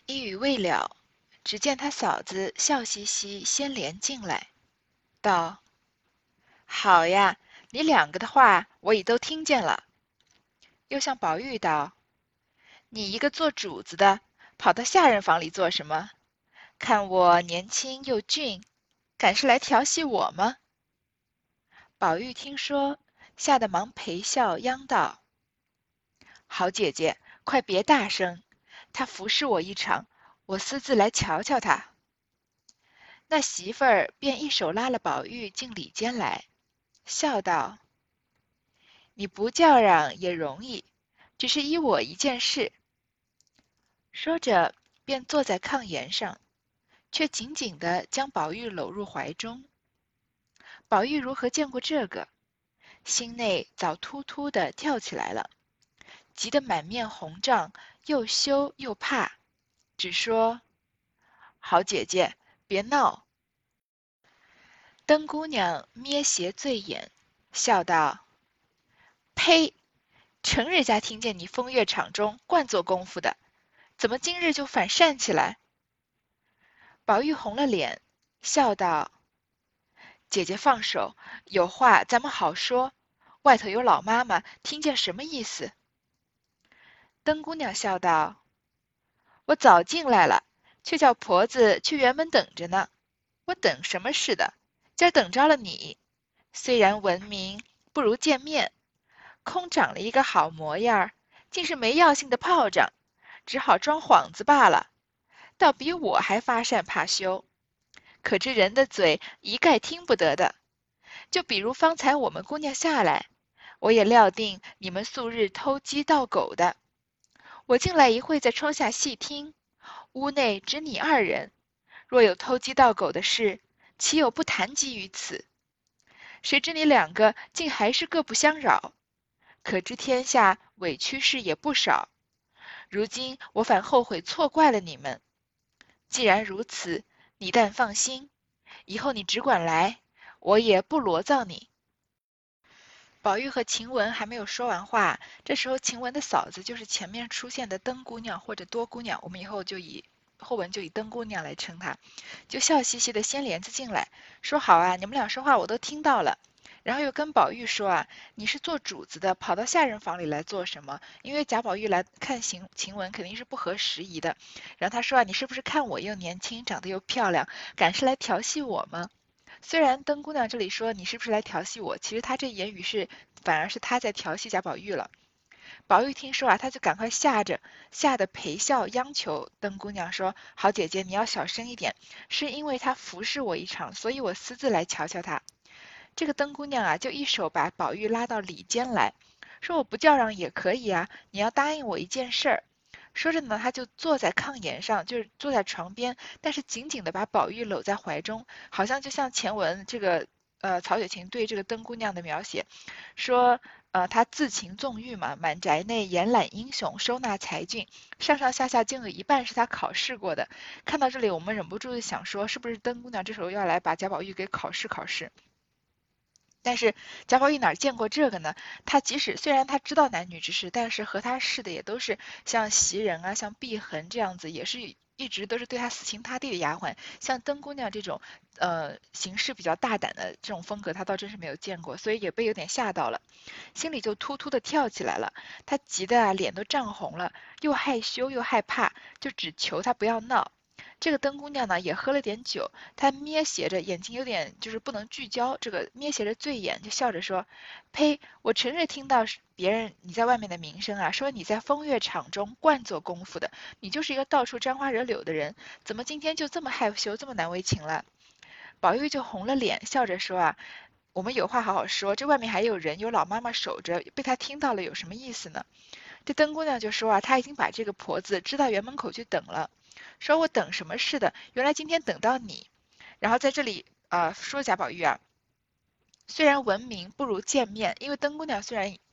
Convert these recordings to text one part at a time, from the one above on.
一语未了，只见他嫂子笑嘻嘻先莲进来，道：“好呀，你两个的话我已都听见了。”又向宝玉道：“你一个做主子的，跑到下人房里做什么？看我年轻又俊，敢是来调戏我吗？”宝玉听说，吓得忙陪笑央道：“好姐姐，快别大声，他服侍我一场，我私自来瞧瞧他。”那媳妇儿便一手拉了宝玉进里间来，笑道：“你不叫嚷也容易，只是依我一件事。”说着，便坐在炕沿上，却紧紧地将宝玉搂入怀中。宝玉如何见过这个，心内早突突地跳起来了，急得满面红胀，又羞又怕，只说：“好姐姐，别闹。”灯姑娘咩斜醉眼，笑道：呸！成日家听见你风月场中惯做功夫的，怎么今日就反善起来？宝玉红了脸，笑道：姐姐放手，有话咱们好说。外头有老妈妈，听见什么意思？灯姑娘笑道：我早进来了，却叫婆子去园门等着呢。我等什么似的？今儿等着了你。虽然闻名，不如见面。空长了一个好模样儿，竟是没药性的炮仗，只好装幌子罢了。倒比我还发善怕羞。可知人的嘴一概听不得的。就比如方才我们姑娘下来，我也料定你们素日偷鸡盗狗的。我进来一会，在窗下细听，屋内只你二人，若有偷鸡盗狗的事，岂有不谈及于此？谁知你两个竟还是各不相扰，可知天下委屈事也不少。如今我反后悔错怪了你们。既然如此，你但放心，以后你只管来，我也不罗造你。宝玉和晴雯还没有说完话，这时候晴雯的嫂子就是前面出现的灯姑娘或者多姑娘，我们以后就以后文就以灯姑娘来称她，就笑嘻嘻的掀帘子进来，说：“好啊，你们俩说话我都听到了。”然后又跟宝玉说：“啊，你是做主子的，跑到下人房里来做什么？因为贾宝玉来看晴雯肯定是不合时宜的。然后他说：啊，你是不是看我又年轻，长得又漂亮，敢是来调戏我吗？”虽然灯姑娘这里说你是不是来调戏我，其实她这言语是反而是她在调戏贾宝玉了。宝玉听说啊，他就赶快吓得陪笑央求灯姑娘说：“好姐姐，你要小声一点，是因为他服侍我一场，所以我私自来瞧瞧他。”这个灯姑娘啊，就一手把宝玉拉到里间来，说：“我不叫嚷也可以啊，你要答应我一件事儿。”说着呢，她就坐在炕沿上，就是坐在床边，但是紧紧地把宝玉搂在怀中，好像就像前文这个曹雪芹对这个灯姑娘的描写，说她自情纵欲嘛，满宅内延揽英雄，收纳才俊，上上下下竟有一半是她考试过的。看到这里，我们忍不住的想说，是不是灯姑娘这时候要来把贾宝玉给考试考试？但是贾宝玉哪见过这个呢？他即使虽然他知道男女之事，但是和他试的也都是像袭人啊、像碧痕这样子，也是一直都是对他死心塌地的丫鬟。像灯姑娘这种，行事比较大胆的这种风格，他倒真是没有见过，所以也被有点吓到了，心里就突突的跳起来了。他急得啊，脸都涨红了，又害羞又害怕，就只求他不要闹。这个灯姑娘呢，也喝了点酒，她咩斜着眼睛，有点就是不能聚焦，这个咩斜着醉眼，就笑着说：“呸！我成日听到别人你在外面的名声啊，说你在风月场中惯做功夫的，你就是一个到处沾花惹柳的人，怎么今天就这么害羞，这么难为情了？”宝玉就红了脸，笑着说：“啊，我们有话好好说，这外面还有人，有老妈妈守着，被他听到了有什么意思呢？”这灯姑娘就说：“啊，她已经把这个婆子支到园门口去等了。”说我等什么似的，原来今天等到你。然后在这里说贾宝玉啊，虽然闻名不如见面，因为灯姑娘虽然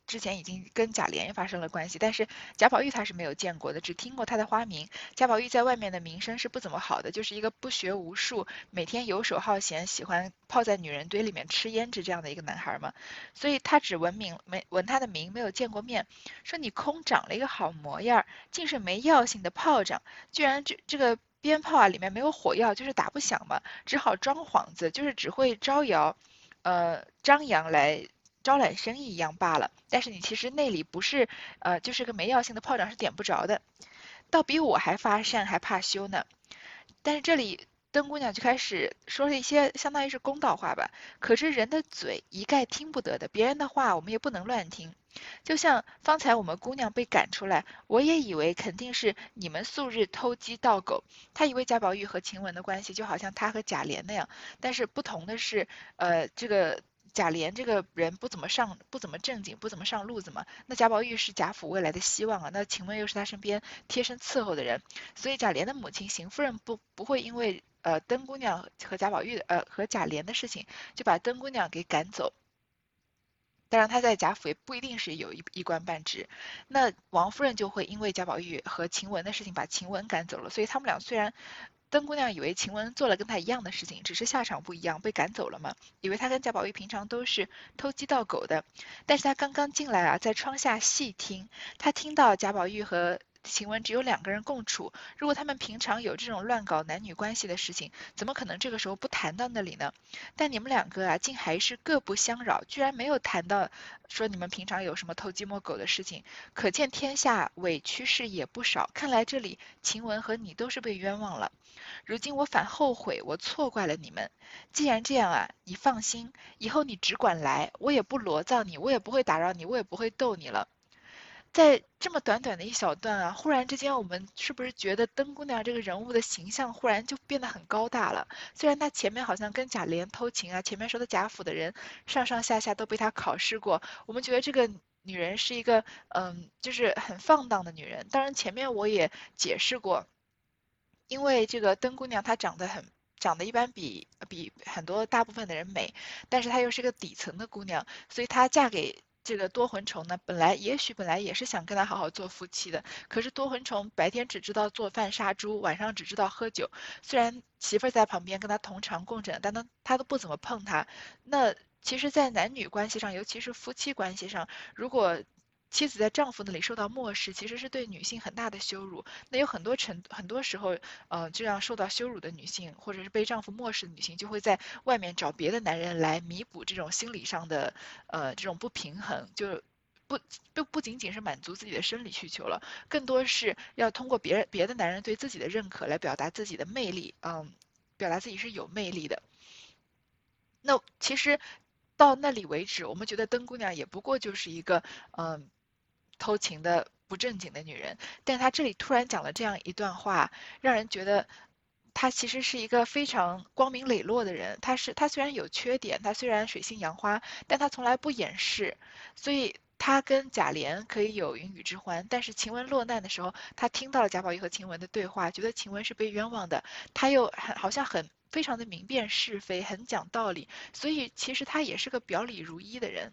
之前已经跟贾琏发生了关系，但是贾宝玉他是没有见过的，只听过他的花名。贾宝玉在外面的名声是不怎么好的，就是一个不学无术，每天游手好闲，喜欢泡在女人堆里面吃胭脂这样的一个男孩嘛。所以他只闻名没闻他的名，没有见过面。说你空长了一个好模样，竟是没药性的炮仗，居然这个鞭炮啊里面没有火药，就是打不响嘛，只好装幌子，就是只会招摇，张扬来招揽生意一样罢了。但是你其实内里不是，就是个没药性的炮仗，是点不着的，倒比我还发善，还怕羞呢。但是这里灯姑娘就开始说了一些相当于是公道话吧，可是人的嘴一概听不得的，别人的话我们也不能乱听。就像方才我们姑娘被赶出来，我也以为肯定是你们素日偷鸡盗狗。他以为贾宝玉和晴雯的关系就好像他和贾琏那样，但是不同的是，这个贾琏这个人不怎么正经，不怎么上路子嘛。那贾宝玉是贾府未来的希望啊，那晴雯又是他身边贴身伺候的人，所以贾琏的母亲邢夫人不会因为灯姑娘和贾宝玉和贾琏的事情就把灯姑娘给赶走。当然，他在贾府也不一定是有一官半职。那王夫人就会因为贾宝玉和晴雯的事情把晴雯赶走了，所以他们俩虽然灯姑娘以为晴雯做了跟她一样的事情，只是下场不一样，被赶走了嘛，以为她跟贾宝玉平常都是偷鸡盗狗的。但是她刚刚进来啊，在窗下细听，她听到贾宝玉和晴雯只有两个人共处，如果他们平常有这种乱搞男女关系的事情，怎么可能这个时候不谈到那里呢？但你们两个啊，竟还是各不相扰，居然没有谈到说你们平常有什么偷鸡摸狗的事情，可见天下委屈事也不少。看来这里晴雯和你都是被冤枉了。如今我反后悔，我错怪了你们。既然这样啊，你放心，以后你只管来，我也不罗造你，我也不会打扰你，我也不会逗你了。在这么短短的一小段啊，忽然之间，我们是不是觉得灯姑娘这个人物的形象忽然就变得很高大了？虽然她前面好像跟贾琏偷情啊，前面说的贾府的人上上下下都被她考试过，我们觉得这个女人是一个就是很放荡的女人。当然前面我也解释过，因为这个灯姑娘她长得一般比很多大部分的人美，但是她又是个底层的姑娘，所以她嫁给这个多魂虫呢，本来也是想跟他好好做夫妻的，可是多魂虫白天只知道做饭杀猪，晚上只知道喝酒。虽然媳妇儿在旁边跟他同床共枕，但他都不怎么碰她。那其实，在男女关系上，尤其是夫妻关系上，如果妻子在丈夫那里受到漠视，其实是对女性很大的羞辱。那有很多时候，这样受到羞辱的女性，或者是被丈夫漠视的女性，就会在外面找别的男人来弥补这种心理上的这种不平衡，就不不仅仅是满足自己的生理需求了，更多是要通过别的男人对自己的认可来表达自己的魅力，表达自己是有魅力的。那其实到那里为止，我们觉得灯姑娘也不过就是一个嗯偷情的不正经的女人，但她这里突然讲了这样一段话，让人觉得她其实是一个非常光明磊落的人。她虽然有缺点，她虽然水性杨花，但她从来不掩饰，所以。她跟贾琏可以有云雨之欢，但是晴雯落难的时候，她听到了贾宝玉和晴雯的对话，觉得晴雯是被冤枉的，她又好像非常的明辨是非，很讲道理，所以其实她也是个表里如一的人。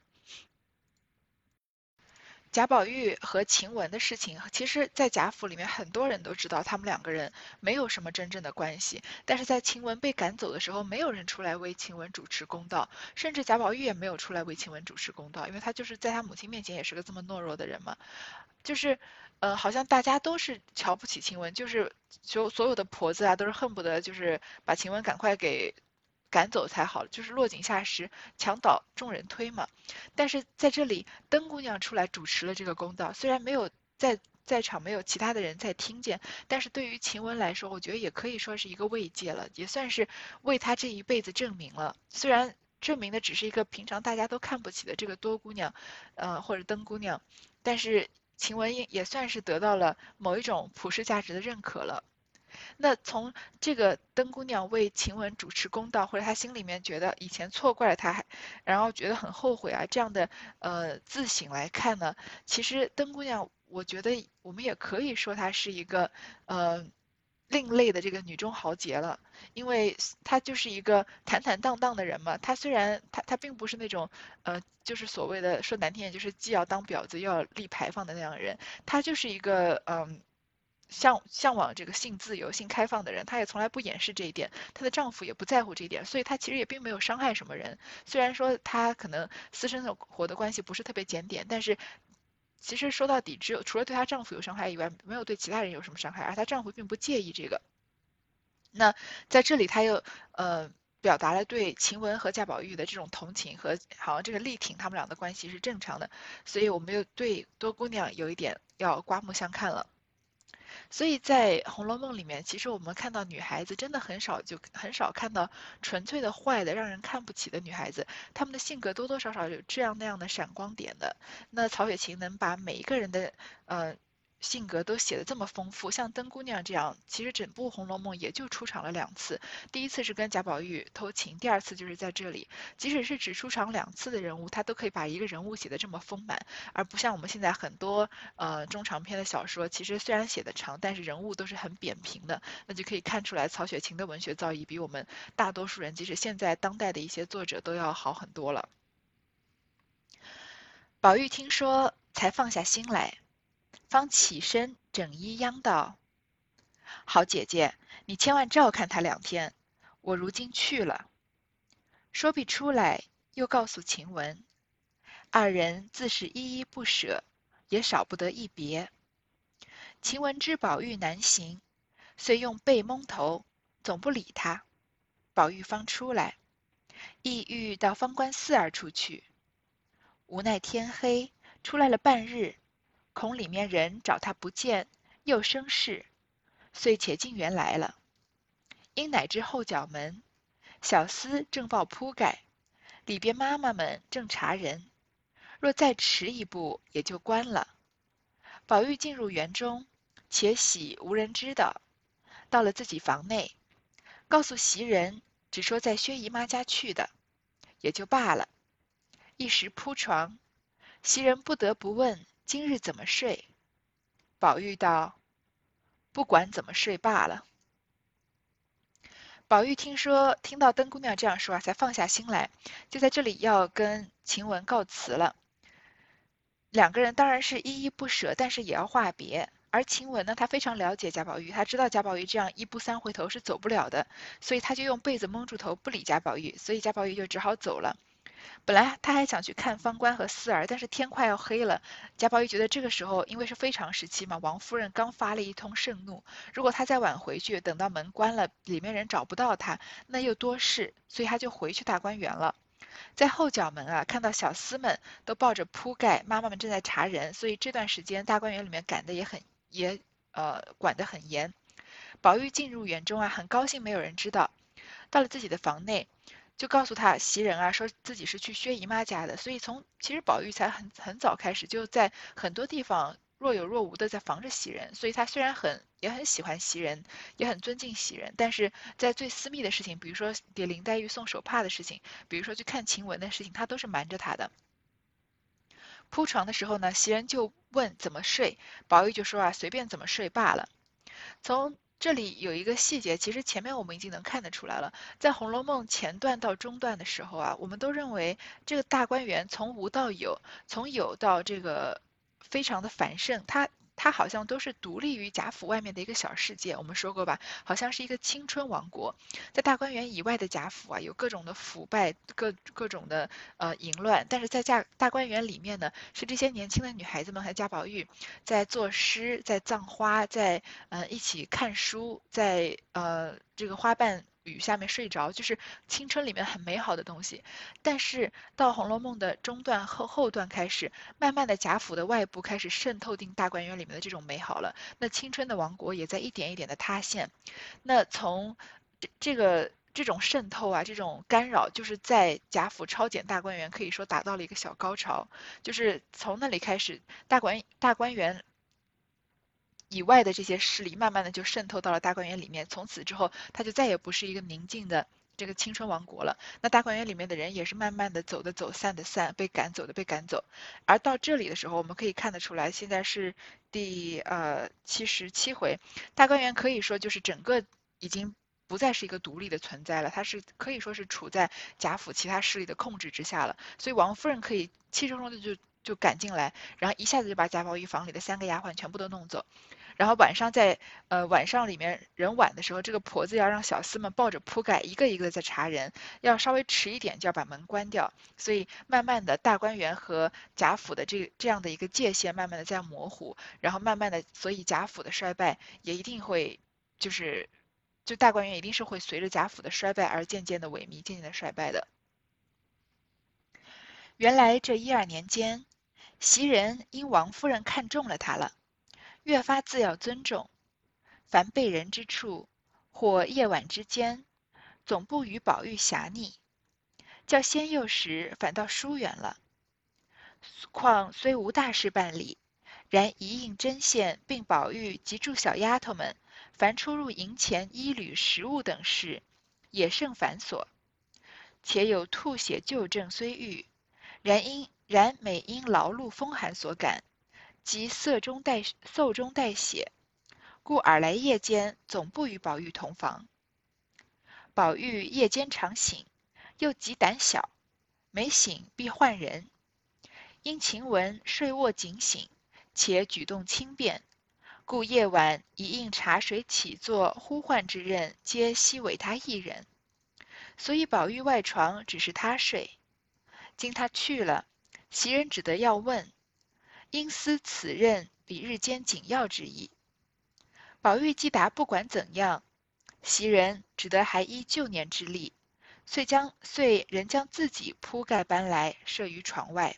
贾宝玉和晴雯的事情，其实，在贾府里面很多人都知道，他们两个人没有什么真正的关系。但是在晴雯被赶走的时候，没有人出来为晴雯主持公道，甚至贾宝玉也没有出来为晴雯主持公道，因为他就是在他母亲面前也是个这么懦弱的人嘛。就是，好像大家都是瞧不起晴雯，就是所有的婆子啊，都是恨不得就是把晴雯赶快给赶走才好，就是落井下石，墙倒众人推嘛。但是在这里，灯姑娘出来主持了这个公道，虽然没有在场没有其他的人在听见，但是对于晴雯来说，我觉得也可以说是一个慰藉了，也算是为她这一辈子证明了。虽然证明的只是一个平常大家都看不起的这个多姑娘，或者灯姑娘，但是晴雯也算是得到了某一种普世价值的认可了。那从这个灯姑娘为晴雯主持公道，或者她心里面觉得以前错怪了她，然后觉得很后悔啊，这样的自省来看呢，其实灯姑娘，我觉得我们也可以说她是一个呃另类的这个女中豪杰了，因为她就是一个坦坦荡荡的人嘛。她虽然她并不是那种就是所谓的说难听点，就是既要当婊子又要立牌坊的那样的人。她就是一个向往这个性自由、性开放的人。她也从来不掩饰这一点，她的丈夫也不在乎这一点，所以她其实也并没有伤害什么人。虽然说她可能私生活的关系不是特别检点，但是其实说到底，只有除了对她丈夫有伤害以外，没有对其他人有什么伤害，而她丈夫并不介意这个。那在这里，她又呃表达了对晴雯和贾宝玉的这种同情和好像这个力挺他们俩的关系是正常的，所以我们又对多姑娘有一点要刮目相看了。所以在《红楼梦》里面，其实我们看到女孩子真的很少看到纯粹的坏的、让人看不起的女孩子，她们的性格多多少少有这样那样的闪光点的。那曹雪芹能把每一个人的呃性格都写得这么丰富，像灯姑娘这样，其实整部《红楼梦》也就出场了2次，第一次是跟贾宝玉偷情，第二次就是在这里。即使是只出场2次的人物，他都可以把一个人物写得这么丰满，而不像我们现在很多中长篇的小说，其实虽然写得长，但是人物都是很扁平的，那就可以看出来曹雪芹的文学造诣比我们大多数人，即使现在当代的一些作者都要好很多了。宝玉听说，才放下心来，方起身整衣央道：“好姐姐，你千万照看他2天，我如今去了。”说毕出来，又告诉晴雯，二人自是依依不舍，也少不得一别。晴雯知宝玉难行，遂用被蒙头，总不理他。宝玉方出来，意欲到方官4儿处去，无奈天黑，出来了半日，恐里面人找他不见，又生事，遂且进园来了。因乃至后角门，小厮正抱铺盖，里边妈妈们正查人，若再迟一步，也就关了。宝玉进入园中，且喜无人知道，到了自己房内，告诉袭人，只说在薛姨妈家去的，也就罢了。一时铺床，袭人不得不问今日怎么睡。宝玉道：不管怎么睡罢了。宝玉听到灯姑娘这样说啊，才放下心来，就在这里要跟晴雯告辞了。两个人当然是依依不舍，但是也要话别。而晴雯呢，她非常了解贾宝玉，她知道贾宝玉这样一步三回头是走不了的，所以她就用被子蒙住头不理贾宝玉，所以贾宝玉就只好走了。本来他还想去看方官和四儿，但是天快要黑了，贾宝玉觉得这个时候因为是非常时期嘛，王夫人刚发了一通盛怒，如果他再晚回去，等到门关了，里面人找不到他，那又多事，所以他就回去大观园了。在后角门啊，看到小厮们都抱着铺盖，妈妈们正在查人，所以这段时间大观园里面管得很严。宝玉进入园中啊，很高兴没有人知道。到了自己的房内，就告诉他袭人啊，说自己是去薛姨妈家的。所以其实宝玉才很早开始就在很多地方若有若无的在防着袭人。所以他虽然也很喜欢袭人，也很尊敬袭人，但是在最私密的事情，比如说给林黛玉送手帕的事情，比如说去看晴雯的事情，他都是瞒着她的。铺床的时候呢，袭人就问怎么睡，宝玉就说啊，随便怎么睡罢了。从这里有一个细节，其实前面我们已经能看得出来了。在《红楼梦》前段到中段的时候啊，我们都认为这个大观园从无到有，从有到这个非常的繁盛，它好像都是独立于贾府外面的一个小世界。我们说过吧，好像是一个青春王国。在大观园以外的贾府啊，有各种的腐败，各种的淫乱，但是在大观园里面呢，是这些年轻的女孩子们和贾宝玉在作诗，在葬花，在一起看书，在这个花瓣雨下面睡着，就是青春里面很美好的东西。但是到《红楼梦》的中段后段开始，慢慢的贾府的外部开始渗透进大观园里面的这种美好了，那青春的王国也在一点一点的塌陷。那从这种渗透啊，这种干扰，就是在贾府抄检大观园，可以说达到了一个小高潮。就是从那里开始，大观园以外的这些势力，慢慢的就渗透到了大观园里面。从此之后，它就再也不是一个宁静的这个青春王国了。那大观园里面的人也是慢慢的走的走，散的散，被赶走的被赶走。而到这里的时候，我们可以看得出来，现在是第77回，大观园可以说就是整个已经不再是一个独立的存在了，它是可以说是处在贾府其他势力的控制之下了。所以王夫人可以气冲冲的就赶进来，然后一下子就把贾宝玉房里的3个丫鬟全部都弄走。然后晚上里面人晚的时候，这个婆子要让小厮们抱着铺盖一个一个的在查人，要稍微迟一点就要把门关掉。所以慢慢的大观园和贾府的这样的一个界限慢慢的在模糊，然后慢慢的，所以贾府的衰败也一定会就是就大观园一定是会随着贾府的衰败而渐渐的萎靡，渐渐的衰败的。原来这1、2年间，袭人因王夫人看中了他了，越发自要尊重。凡被人之处，或夜晚之间，总不与宝玉狭逆，较先幼时反倒疏远了。况虽无大事办理，然一应针线并宝玉及诸小丫头们，凡出入营前衣履食物等事，也甚繁琐。且有吐血旧症虽愈，然每因劳碌风寒所感，及嗽中带血，故尔来夜间总不与宝玉同房。宝玉夜间常醒，又极胆小，每醒必唤人。因晴雯睡卧警醒，且举动轻便，故夜晚一应茶水起坐呼唤之任，皆悉委他一人。所以宝玉外床只是他睡。经他去了，袭人只得要问，因思此任比日间紧要之意。宝玉既答不管怎样，袭人只得还依旧年之例，遂仍将自己铺盖搬来，设于床外。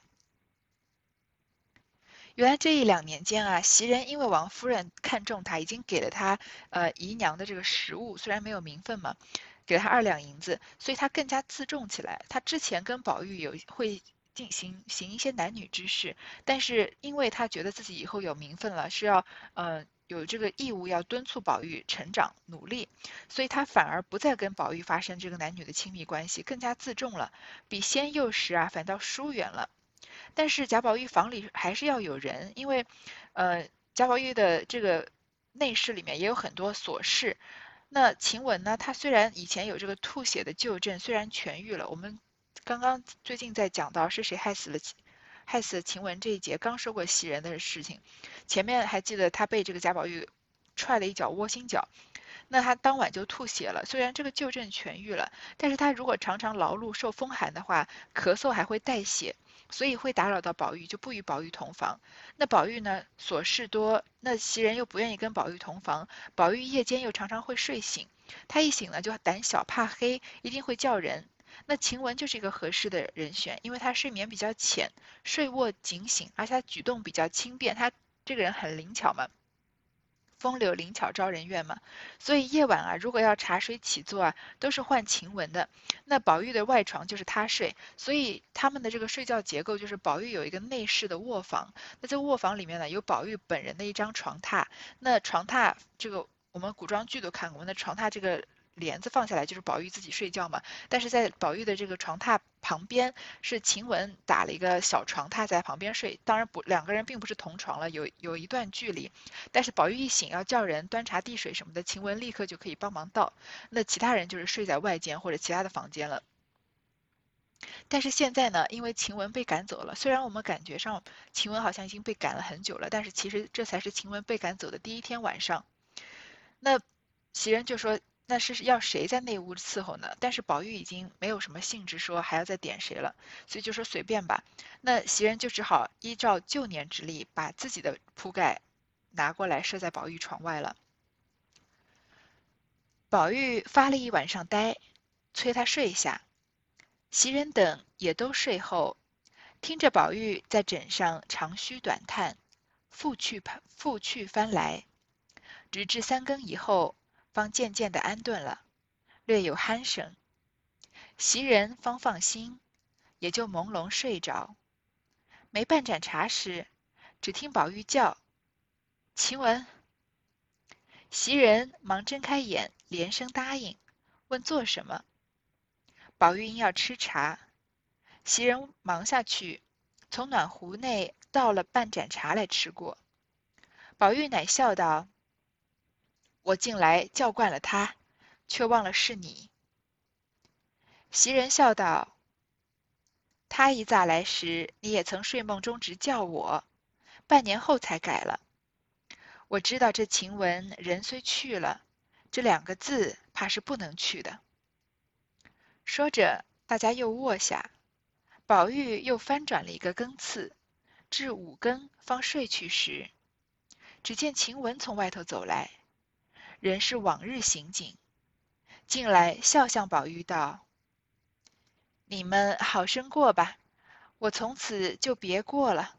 原来这1、2年间啊，袭人因为王夫人看中他，已经给了他姨娘的这个食物，虽然没有名分嘛，给了他2两银子，所以他更加自重起来。他之前跟宝玉会行一些男女之事，但是因为他觉得自己以后有名分了，是要有这个义务要敦促宝玉成长努力，所以他反而不再跟宝玉发生这个男女的亲密关系，更加自重了，比先幼时啊反倒疏远了。但是贾宝玉房里还是要有人，因为，贾宝玉的这个内室里面也有很多琐事。那晴雯呢，她虽然以前有这个吐血的旧症，虽然痊愈了，我们刚刚最近在讲到是谁害死了晴雯这一节，刚说过袭人的事情。前面还记得她被这个贾宝玉踹了一脚窝心脚，那她当晚就吐血了。虽然这个旧症痊愈了，但是她如果常常劳碌受风寒的话，咳嗽还会带血。所以会打扰到宝玉，就不与宝玉同房。那宝玉呢，琐事多，那袭人又不愿意跟宝玉同房，宝玉夜间又常常会睡醒，他一醒呢就胆小怕黑，一定会叫人。那晴雯就是一个合适的人选，因为她睡眠比较浅，睡卧警醒，而且她举动比较轻便，她这个人很灵巧嘛。风流灵巧招人怨嘛，所以夜晚啊，如果要茶水起坐啊，都是换晴雯的。那宝玉的外床就是他睡，所以他们的这个睡觉结构就是宝玉有一个内室的卧房，那这个卧房里面呢有宝玉本人的一张床榻，那床榻这个我们古装剧都看过，那床榻这个帘子放下来就是宝玉自己睡觉嘛，但是在宝玉的这个床榻旁边是晴雯打了一个小床榻在旁边睡，当然不，两个人并不是同床了，有一段距离。但是宝玉一醒要叫人端茶递水什么的，晴雯立刻就可以帮忙倒。那其他人就是睡在外间或者其他的房间了。但是现在呢，因为晴雯被赶走了，虽然我们感觉上晴雯好像已经被赶了很久了，但是其实这才是晴雯被赶走的第一天晚上。那袭人就说，那是要谁在内屋伺候呢？但是宝玉已经没有什么兴致说还要再点谁了，所以就说随便吧。那袭人就只好依照旧年之例，把自己的铺盖拿过来设在宝玉床外了。宝玉发了一晚上呆，催他睡下。袭人等也都睡后，听着宝玉在枕上长吁短叹，复去翻来，直至3更以后，方渐渐的安顿了，略有鼾声。袭人方放心，也就朦胧睡着。没半盏茶时，只听宝玉叫晴雯。袭人忙睁开眼，连声答应，问做什么。 宝玉因要吃茶，袭人忙下去，从暖壶内倒了半盏茶来吃过。宝玉乃笑道：我近来叫惯了他，却忘了是你。袭人笑道：他一乍来时，你也曾睡梦中直叫我，半年后才改了。我知道这晴雯人虽去了，这2个字怕是不能去的。说着，大家又卧下，宝玉又翻转了一个更次，至5更方睡去时，只见晴雯从外头走来，仍是往日行景，进来笑向宝玉道：你们好生过吧，我从此就别过了。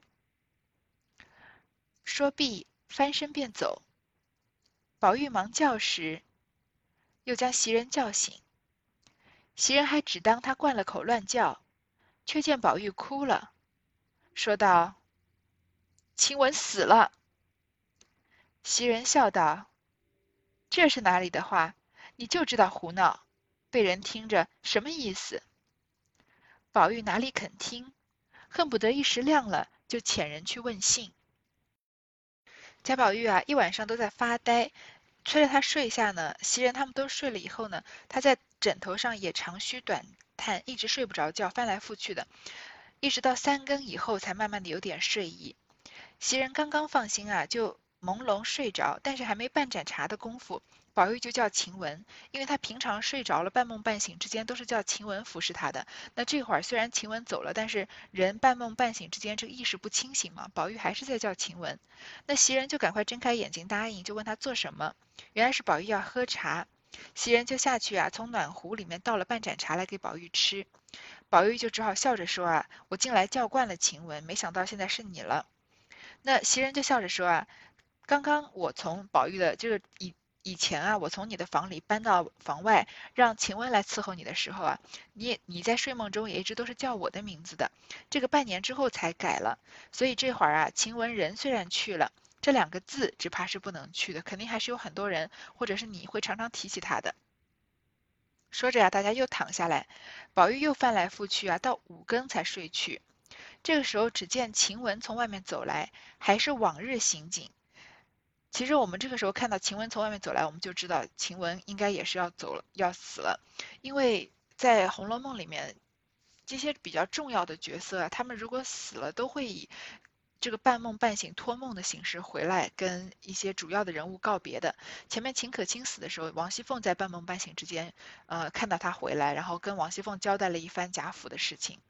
说毕，翻身便走。宝玉忙叫时，又将袭人叫醒。袭人还只当他灌了口乱叫，却见宝玉哭了，说道：晴雯死了。袭人笑道：这是哪里的话？你就知道胡闹，被人听着什么意思？宝玉哪里肯听，恨不得一时亮了，就遣人去问信。贾宝玉一晚上都在发呆，催着他睡下呢。袭人他们都睡了以后呢，他在枕头上也长吁短叹，一直睡不着觉，翻来覆去的，一直到3更以后才慢慢的有点睡意。袭人刚刚放心就朦胧睡着，但是还没半盏茶的功夫，宝玉就叫晴雯，因为他平常睡着了半梦半醒之间都是叫晴雯服侍他的。那这会儿虽然晴雯走了，但是人半梦半醒之间这个意识不清醒嘛，宝玉还是在叫晴雯。那袭人就赶快睁开眼睛答应，就问他做什么。原来是宝玉要喝茶，袭人就下去从暖壶里面倒了半盏茶来给宝玉吃。宝玉就只好笑着说我近来叫惯了晴雯，没想到现在是你了。那袭人就笑着说刚刚我从宝玉的这个以前我从你的房里搬到房外，让晴雯来伺候你的时候你在睡梦中也一直都是叫我的名字的，这个半年之后才改了，所以这会儿晴雯人虽然去了，这2个字只怕是不能去的，肯定还是有很多人或者是你会常常提起他的。说着大家又躺下来，宝玉又翻来覆去到5更才睡去。这个时候只见晴雯从外面走来，还是往日行景。其实我们这个时候看到晴雯从外面走来，我们就知道晴雯应该也是要走了，要死了。因为在《红楼梦》里面，这些比较重要的角色他们如果死了，都会以这个半梦半醒、托梦的形式回来，跟一些主要的人物告别的。前面秦可卿死的时候，王熙凤在半梦半醒之间，看到他回来，然后跟王熙凤交代了一番贾府的事情。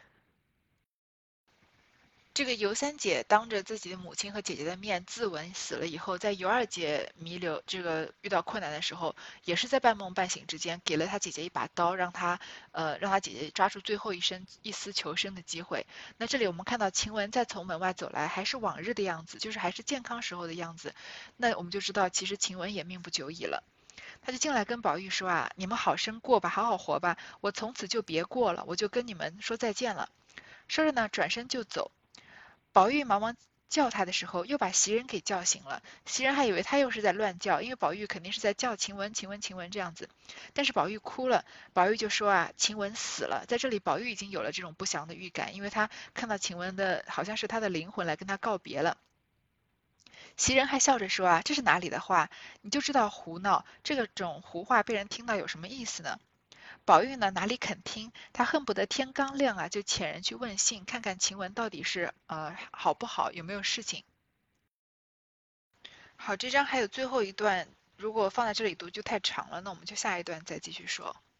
这个尤三姐当着自己的母亲和姐姐的面自刎死了以后，在尤二姐遇到困难的时候，也是在半梦半醒之间给了她姐姐一把刀，让她姐姐抓住最后一丝求生的机会。那这里我们看到晴雯再从门外走来，还是往日的样子，就是还是健康时候的样子。那我们就知道，其实晴雯也命不久矣了。他就进来跟宝玉说你们好生过吧，好好活吧，我从此就别过了，我就跟你们说再见了。说着呢，转身就走。宝玉忙忙叫他的时候，又把袭人给叫醒了。袭人还以为他又是在乱叫，因为宝玉肯定是在叫晴雯、晴雯、晴雯这样子。但是宝玉哭了，宝玉就说晴雯死了。在这里，宝玉已经有了这种不祥的预感，因为他看到晴雯的好像是他的灵魂来跟他告别了。袭人还笑着说这是哪里的话？你就知道胡闹，这种胡话被人听到有什么意思呢？宝玉呢哪里肯听，他恨不得天刚亮就遣人去问信，看看晴雯到底是好不好，有没有事情。好，这章还有最后一段，如果放在这里读就太长了，那我们就下一段再继续说。